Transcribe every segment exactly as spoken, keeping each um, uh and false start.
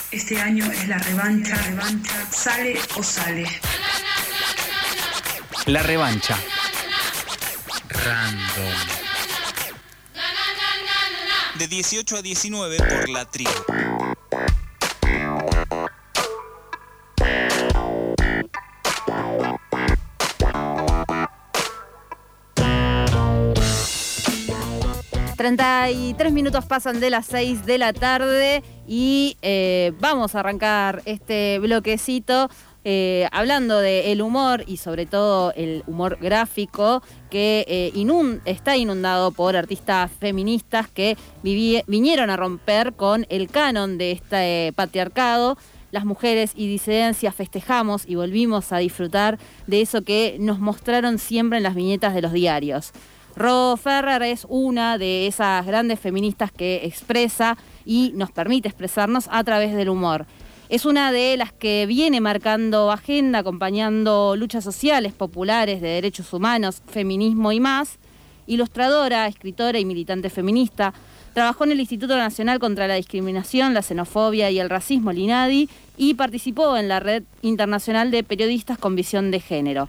Este año es la revancha, revancha, sale o sale. La revancha. Random. De dieciocho a diecinueve por La Tribu. treinta y tres minutos pasan de las seis de la tarde y eh, vamos a arrancar este bloquecito eh, hablando del humor y sobre todo el humor gráfico que eh, inund- está inundado por artistas feministas que vivi- vinieron a romper con el canon de este eh, patriarcado. Las mujeres y disidencias festejamos y volvimos a disfrutar de eso que nos mostraron siempre en las viñetas de los diarios. Ro Ferrer es una de esas grandes feministas que expresa y nos permite expresarnos a través del humor. Es una de las que viene marcando agenda, acompañando luchas sociales, populares, de derechos humanos, feminismo y más. Ilustradora, escritora y militante feminista. Trabajó en el Instituto Nacional contra la Discriminación, la Xenofobia y el Racismo, el INADI, y participó en la Red Internacional de Periodistas con Visión de Género.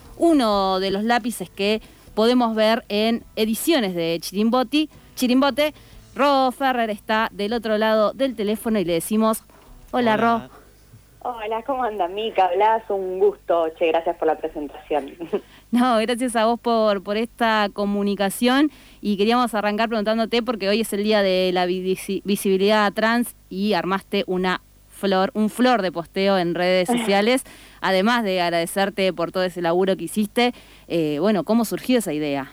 Uno de los lápices que podemos ver en ediciones de Chirimboti, Chirimbote. Ro Ferrer está del otro lado del teléfono y le decimos, hola, hola. Ro. Hola, ¿cómo andas, Mica? Blas, un gusto. Che, gracias por la presentación. No, gracias a vos por, por esta comunicación y queríamos arrancar preguntándote porque hoy es el día de la visi- visibilidad trans y armaste una flor, un flor de posteo en redes sociales, además de agradecerte por todo ese laburo que hiciste. Eh, bueno, ¿cómo surgió esa idea?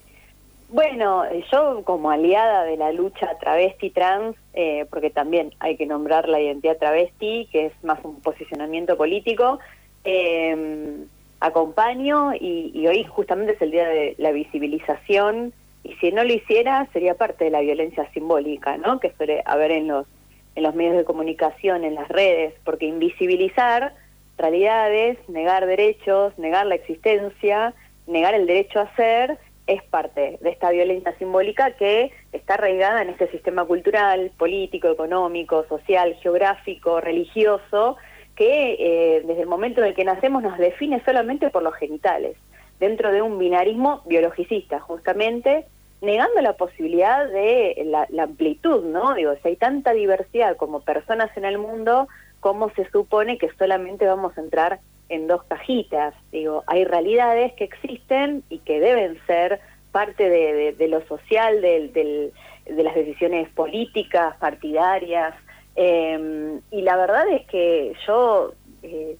Bueno, yo como aliada de la lucha travesti trans, eh, porque también hay que nombrar la identidad travesti, que es más un posicionamiento político, eh, acompaño y, y hoy justamente es el día de la visibilización y si no lo hiciera sería parte de la violencia simbólica, ¿no? Que suele haber en los en los medios de comunicación, en las redes, porque invisibilizar realidades, negar derechos, negar la existencia, negar el derecho a ser, es parte de esta violencia simbólica que está arraigada en este sistema cultural, político, económico, social, geográfico, religioso, que eh, desde el momento en el que nacemos nos define solamente por los genitales, dentro de un binarismo biologicista, justamente, negando la posibilidad de la, la amplitud, ¿no? Digo, si hay tanta diversidad como personas en el mundo, ¿cómo se supone que solamente vamos a entrar en dos cajitas? Digo, hay realidades que existen y que deben ser parte de, de, de lo social, de, de, de las decisiones políticas, partidarias, eh, y la verdad es que yo eh,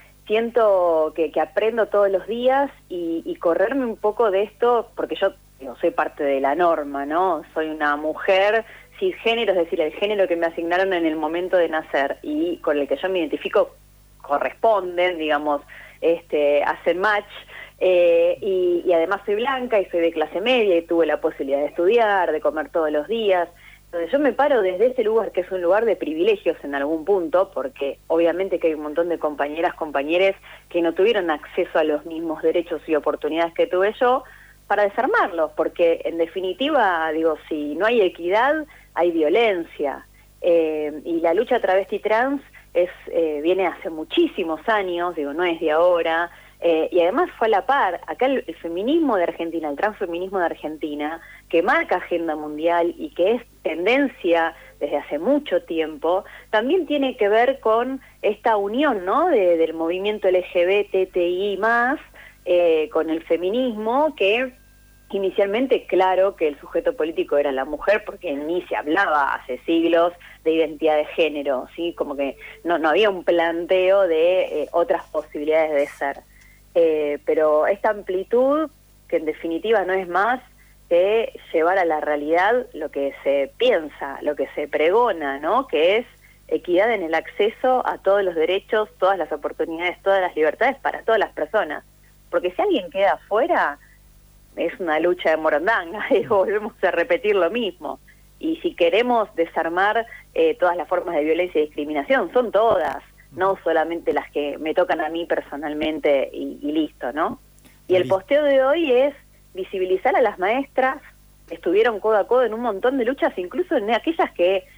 siento que, que aprendo todos los días y, y correrme un poco de esto, porque yo digo, soy parte de la norma, ¿no? Soy una mujer cisgénero, es decir, el género que me asignaron en el momento de nacer y con el que yo me identifico corresponden, digamos, este, hacen match, eh, y, y además soy blanca y soy de clase media y tuve la posibilidad de estudiar, de comer todos los días. Entonces yo me paro desde ese lugar que es un lugar de privilegios en algún punto, porque obviamente que hay un montón de compañeras, compañeros que no tuvieron acceso a los mismos derechos y oportunidades que tuve yo, para desarmarlos, porque en definitiva, digo, si no hay equidad, hay violencia. Eh, y la lucha travesti trans es eh, viene hace muchísimos años, digo, no es de ahora, eh, y además fue a la par. Acá el, el feminismo de Argentina, el transfeminismo de Argentina, que marca agenda mundial y que es tendencia desde hace mucho tiempo, también tiene que ver con esta unión, ¿no?, de, del movimiento L G B T T I más, Eh, con el feminismo, que inicialmente, claro, que el sujeto político era la mujer, porque ni se hablaba hace siglos de identidad de género, ¿sí? Como que no, no había un planteo de eh, otras posibilidades de ser. Eh, pero esta amplitud, que en definitiva no es más que llevar a la realidad lo que se piensa, lo que se pregona, ¿no?, que es equidad en el acceso a todos los derechos, todas las oportunidades, todas las libertades para todas las personas. Porque si alguien queda afuera, es una lucha de morondanga y volvemos a repetir lo mismo. Y si queremos desarmar eh, todas las formas de violencia y discriminación, son todas, no solamente las que me tocan a mí personalmente y, y listo, ¿no? Y el posteo de hoy es visibilizar a las maestras que estuvieron codo a codo en un montón de luchas, incluso en aquellas que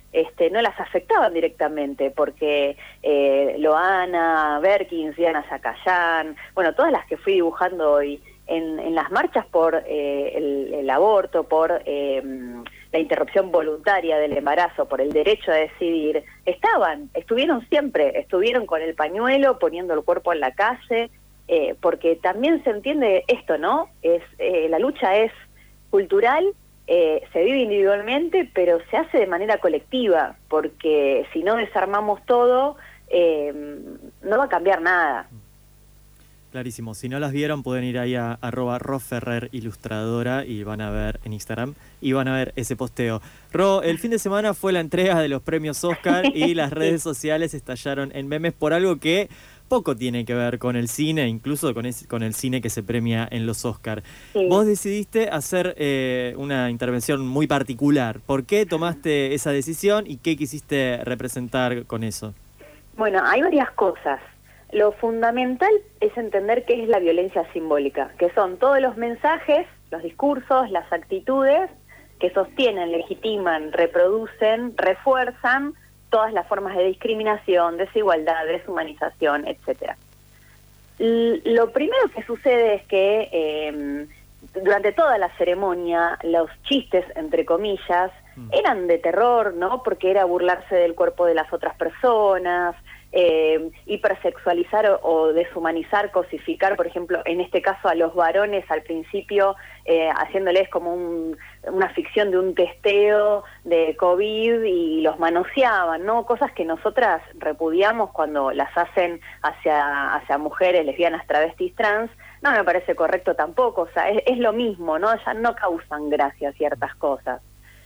este, no las afectaban directamente, porque eh, Loana Berkins, Diana Zacayán, bueno, todas las que fui dibujando hoy, en, en las marchas por eh, el, el aborto, por eh, la interrupción voluntaria del embarazo, por el derecho a decidir, estaban, estuvieron siempre, estuvieron con el pañuelo, poniendo el cuerpo en la calle, eh, porque también se entiende esto, ¿no? Es eh, la lucha es cultural, eh, se vive individualmente, pero se hace de manera colectiva, porque si no desarmamos todo, eh, no va a cambiar nada. Clarísimo. Si no las vieron, pueden ir ahí a arroba Ro Ferrer Ilustradora y van a ver en Instagram y van a ver ese posteo. Ro, el fin de semana fue la entrega de los premios Oscar y las redes sociales estallaron en memes por algo que poco tiene que ver con el cine, incluso con, ese, con el cine que se premia en los Oscar. Sí. Vos decidiste hacer eh, una intervención muy particular. ¿Por qué tomaste esa decisión y qué quisiste representar con eso? Bueno, hay varias cosas. Lo fundamental es entender qué es la violencia simbólica, que son todos los mensajes, los discursos, las actitudes que sostienen, legitiman, reproducen, refuerzan todas las formas de discriminación, desigualdad, deshumanización, etcétera. Lo primero que sucede es que eh, durante toda la ceremonia los chistes, entre comillas, eran de terror, ¿no? Porque era burlarse del cuerpo de las otras personas, eh, hipersexualizar o, o deshumanizar, cosificar, por ejemplo, en este caso a los varones al principio, eh, haciéndoles como un, una ficción de un testeo de COVID y los manoseaban, ¿no? Cosas que nosotras repudiamos cuando las hacen hacia, hacia mujeres, lesbianas, travestis, trans. No me parece correcto tampoco, o sea, es, es lo mismo, ¿no? Ya no causan gracia ciertas cosas.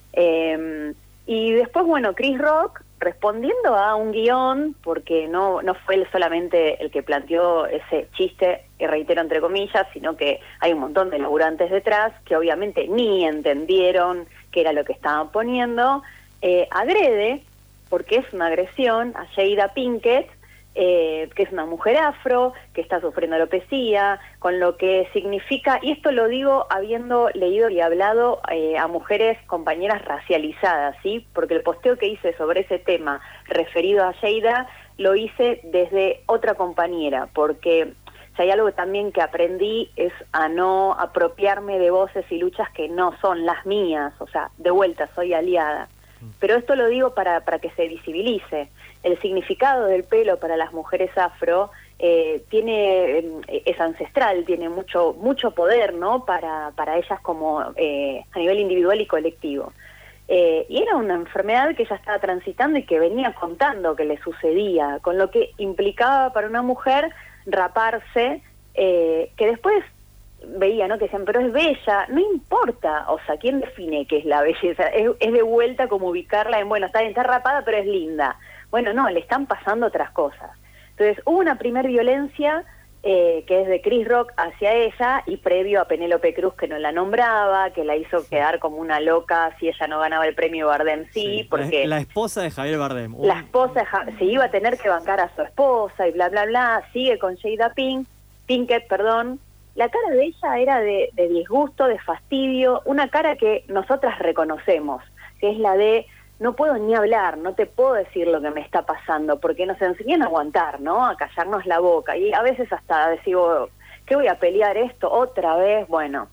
Eh, y después, bueno, Chris Rock, respondiendo a un guión, porque no, no fue él solamente el que planteó ese chiste, y reitero entre comillas, sino que hay un montón de laburantes detrás que obviamente ni entendieron qué era lo que estaban poniendo, eh, agrede, porque es una agresión, a Jada Pinkett, Eh, que es una mujer afro, que está sufriendo alopecia, con lo que significa, y esto lo digo habiendo leído y hablado eh, a mujeres compañeras racializadas, ¿sí? Porque el posteo que hice sobre ese tema referido a Jada, lo hice desde otra compañera, porque si hay algo también que aprendí es a no apropiarme de voces y luchas que no son las mías, o sea, de vuelta, soy aliada. Pero esto lo digo para, para que se visibilice. El significado del pelo para las mujeres afro eh, tiene eh, es ancestral, tiene mucho mucho poder, ¿no? Para, para ellas como eh, a nivel individual y colectivo. Eh, y era una enfermedad que ella estaba transitando y que venía contando que le sucedía, con lo que implicaba para una mujer raparse, eh, que después veía, ¿no? Que decían, pero es bella, no importa, o sea, ¿quién define qué es la belleza? Es, es de vuelta como ubicarla en, bueno, está bien, está rapada, pero es linda. Bueno, no, le están pasando otras cosas. Entonces, hubo una primer violencia eh, que es de Chris Rock hacia ella, y previo a Penélope Cruz, que no la nombraba, que la hizo quedar como una loca si ella no ganaba el premio Bardem, sí, sí porque... La, la esposa de Javier Bardem. La esposa de ja se iba a tener que bancar a su esposa y bla, bla, bla, sigue con Jada Pink, Pinkett, perdón. La cara de ella era de, de disgusto, de fastidio, una cara que nosotras reconocemos, que es la de no puedo ni hablar, no te puedo decir lo que me está pasando, porque nos enseñan a aguantar, ¿no? A callarnos la boca, y a veces hasta decimos, ¿qué voy a pelear esto otra vez? Bueno,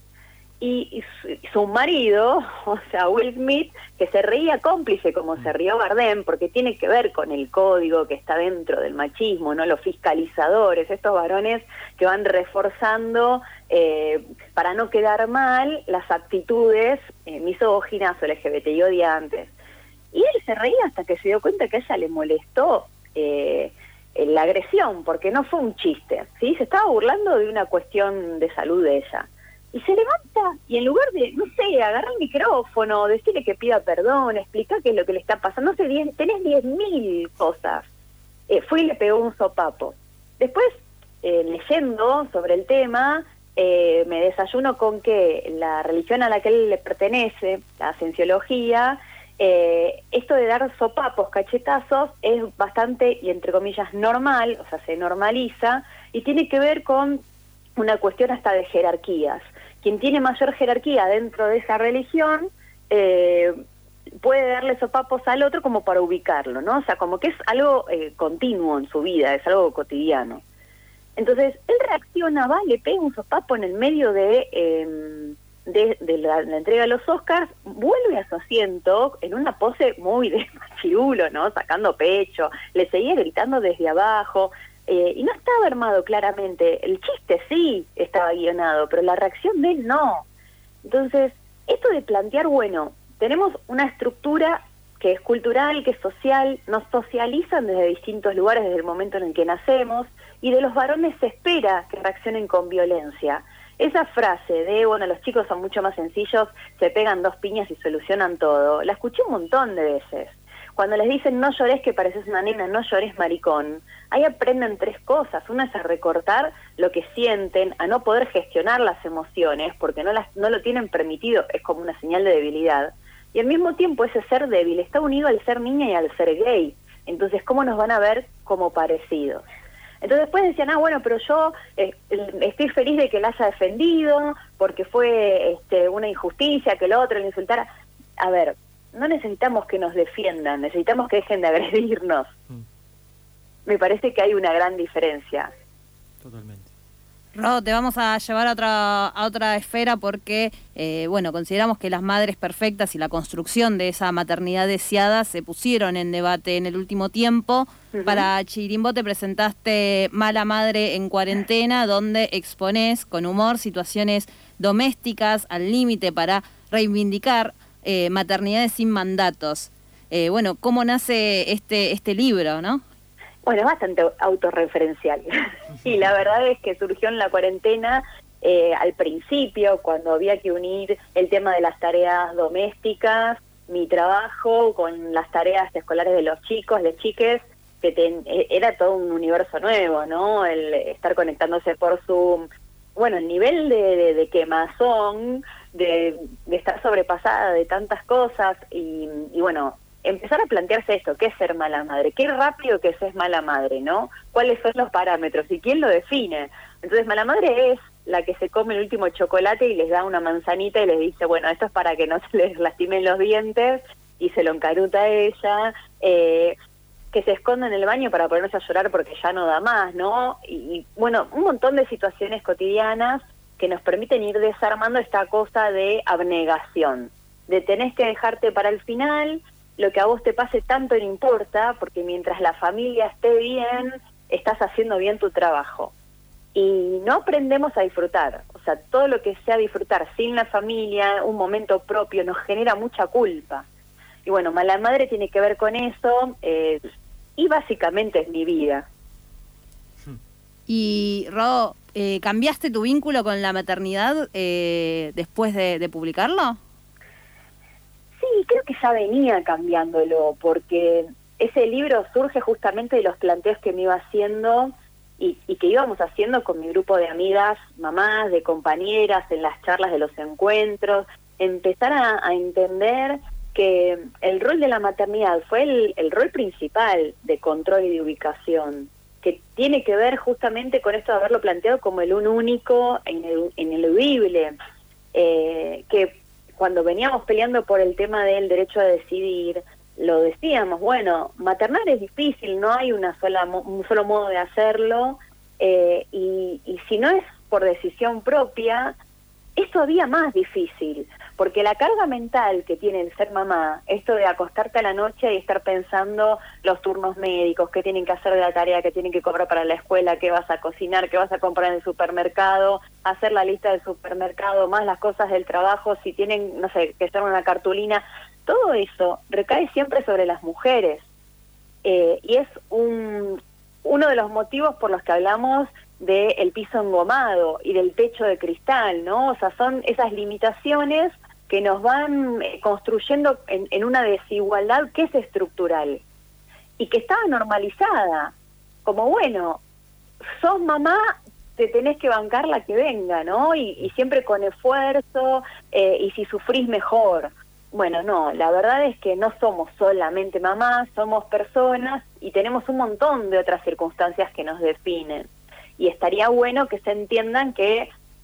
y, y, su, y su marido, o sea, Will Smith, que se reía cómplice como se rió Bardem, porque tiene que ver con el código que está dentro del machismo, ¿no? Los fiscalizadores, estos varones que van reforzando eh, para no quedar mal las actitudes eh, misóginas o L G B T I odiantes. Y él se reía hasta que se dio cuenta que a ella le molestó eh, la agresión, porque no fue un chiste, ¿sí? Se estaba burlando de una cuestión de salud de ella. Y se levanta y en lugar de, no sé, agarrar el micrófono, decirle que pida perdón, explicar qué es lo que le está pasando, no sé, diez, tenés diez mil cosas. Eh, fue y le pegó un sopapo. Después, eh, leyendo sobre el tema, eh, me desayuno con que la religión a la que él le pertenece, la cienciología, eh, esto de dar sopapos, cachetazos, es bastante, y entre comillas, normal, o sea, se normaliza, y tiene que ver con una cuestión hasta de jerarquías. Quien tiene mayor jerarquía dentro de esa religión, eh, puede darle sopapos al otro como para ubicarlo, ¿no? O sea, como que es algo eh, continuo en su vida, es algo cotidiano. Entonces, él reacciona, va, le pega un sopapo en el medio de, eh, de, de la, la entrega de los Oscars, vuelve a su asiento en una pose muy de machirulo, ¿no? Sacando pecho, le seguía gritando desde abajo, eh, y no estaba armado claramente. El chiste sí estaba guionado, pero la reacción de él no. Entonces, esto de plantear, bueno, tenemos una estructura que es cultural, que es social, nos socializan desde distintos lugares desde el momento en el que nacemos, y de los varones se espera que reaccionen con violencia. Esa frase de, bueno, los chicos son mucho más sencillos, se pegan dos piñas y solucionan todo, la escuché un montón de veces. Cuando les dicen no llores que pareces una nena, no llores maricón, ahí aprenden tres cosas. Una es a recortar lo que sienten, a no poder gestionar las emociones, porque no, las, no lo tienen permitido, es como una señal de debilidad. Y al mismo tiempo ese ser débil está unido al ser niña y al ser gay. Entonces, ¿cómo nos van a ver como parecidos? Entonces después decían, ah, bueno, pero yo eh, estoy feliz de que la haya defendido, porque fue este, una injusticia que el otro le insultara. A ver, no necesitamos que nos defiendan, necesitamos que dejen de agredirnos. Mm. Me parece que hay una gran diferencia. Totalmente. Ro, te vamos a llevar a otra, a otra esfera porque, eh, bueno, consideramos que las madres perfectas y la construcción de esa maternidad deseada se pusieron en debate en el último tiempo. Uh-huh. Para Chirimbó te presentaste Mala Madre en Cuarentena, donde exponés con humor situaciones domésticas al límite para reivindicar eh, maternidades sin mandatos. Eh, bueno, ¿cómo nace este, este libro, no? Bueno, es bastante autorreferencial. Y la verdad es que surgió en la cuarentena, eh, al principio, cuando había que unir el tema de las tareas domésticas, mi trabajo, con las tareas escolares de los chicos, de chiques, que ten, era todo un universo nuevo, ¿no? El estar conectándose por Zoom. Bueno, el nivel de, de, de quemazón, de, de estar sobrepasada de tantas cosas, y, y bueno... empezar a plantearse esto, ¿qué es ser mala madre? Qué rápido que se es mala madre, ¿no? ¿Cuáles son los parámetros? ¿Y quién lo define? Entonces, mala madre es la que se come el último chocolate y les da una manzanita y les dice, bueno, esto es para que no se les lastimen los dientes, y se lo encaruta a ella, eh, que se esconda en el baño para ponerse a llorar porque ya no da más, ¿no? Y, y bueno, un montón de situaciones cotidianas que nos permiten ir desarmando esta cosa de abnegación, de tenés que dejarte para el final. Lo que a vos te pase tanto no importa, porque mientras la familia esté bien, estás haciendo bien tu trabajo. Y no aprendemos a disfrutar. O sea, todo lo que sea disfrutar sin la familia, un momento propio, nos genera mucha culpa. Y bueno, Mala Madre tiene que ver con eso, eh, y básicamente es mi vida. Y, Ro, eh, ¿cambiaste tu vínculo con la maternidad eh, después de, de publicarlo? Sí, creo que ya venía cambiándolo, porque ese libro surge justamente de los planteos que me iba haciendo y, y que íbamos haciendo con mi grupo de amigas, mamás, de compañeras, en las charlas de los encuentros, empezar a, a entender que el rol de la maternidad fue el, el rol principal de control y de ubicación, que tiene que ver justamente con esto de haberlo planteado como el un único e ineludible, eh, que cuando veníamos peleando por el tema del derecho a decidir, lo decíamos, bueno, maternar es difícil, no hay una sola un solo modo de hacerlo, eh, y, y si no es por decisión propia, es todavía más difícil, porque la carga mental que tiene el ser mamá, esto de acostarte a la noche y estar pensando los turnos médicos, qué tienen que hacer de la tarea, qué tienen que cobrar para la escuela, qué vas a cocinar, qué vas a comprar en el supermercado, hacer la lista del supermercado, más las cosas del trabajo, si tienen, no sé, que hacer una cartulina, todo eso recae siempre sobre las mujeres, eh, y es un uno de los motivos por los que hablamos del piso engomado y del techo de cristal, ¿no? O sea, son esas limitaciones que nos van construyendo en, en una desigualdad que es estructural y que estaba normalizada, como bueno, sos mamá, te tenés que bancar la que venga, ¿no? Y, y siempre con esfuerzo, eh, y si sufrís mejor. Bueno, no, la verdad es que no somos solamente mamás, somos personas y tenemos un montón de otras circunstancias que nos definen. Y estaría bueno que se entiendan que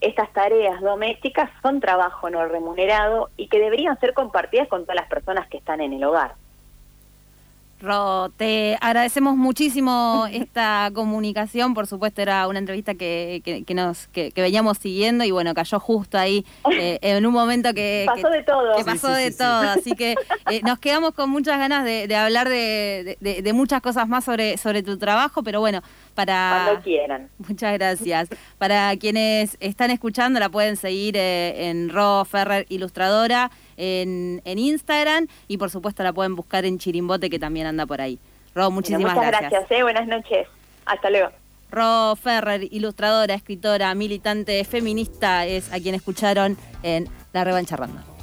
estas tareas domésticas son trabajo no remunerado y que deberían ser compartidas con todas las personas que están en el hogar. Ro, te agradecemos muchísimo esta comunicación. Por supuesto, era una entrevista que, que, que nos que, que veníamos siguiendo y bueno, cayó justo ahí eh, en un momento que pasó que, de todo. Que pasó Sí, sí, de sí, todo. sí. Así que eh, nos quedamos con muchas ganas de, de hablar de, de, de muchas cosas más sobre, sobre tu trabajo, pero bueno, para... Cuando quieran. Muchas gracias. Para quienes están escuchando, la pueden seguir eh, en Ro Ferrer Ilustradora en, en Instagram y por supuesto la pueden buscar en Chirimbote, que también anda por ahí. Ro, muchísimas Bueno, muchas gracias. gracias, ¿eh? Buenas noches. Hasta luego. Ro Ferrer, ilustradora, escritora, militante feminista, es a quien escucharon en La Revancha Random.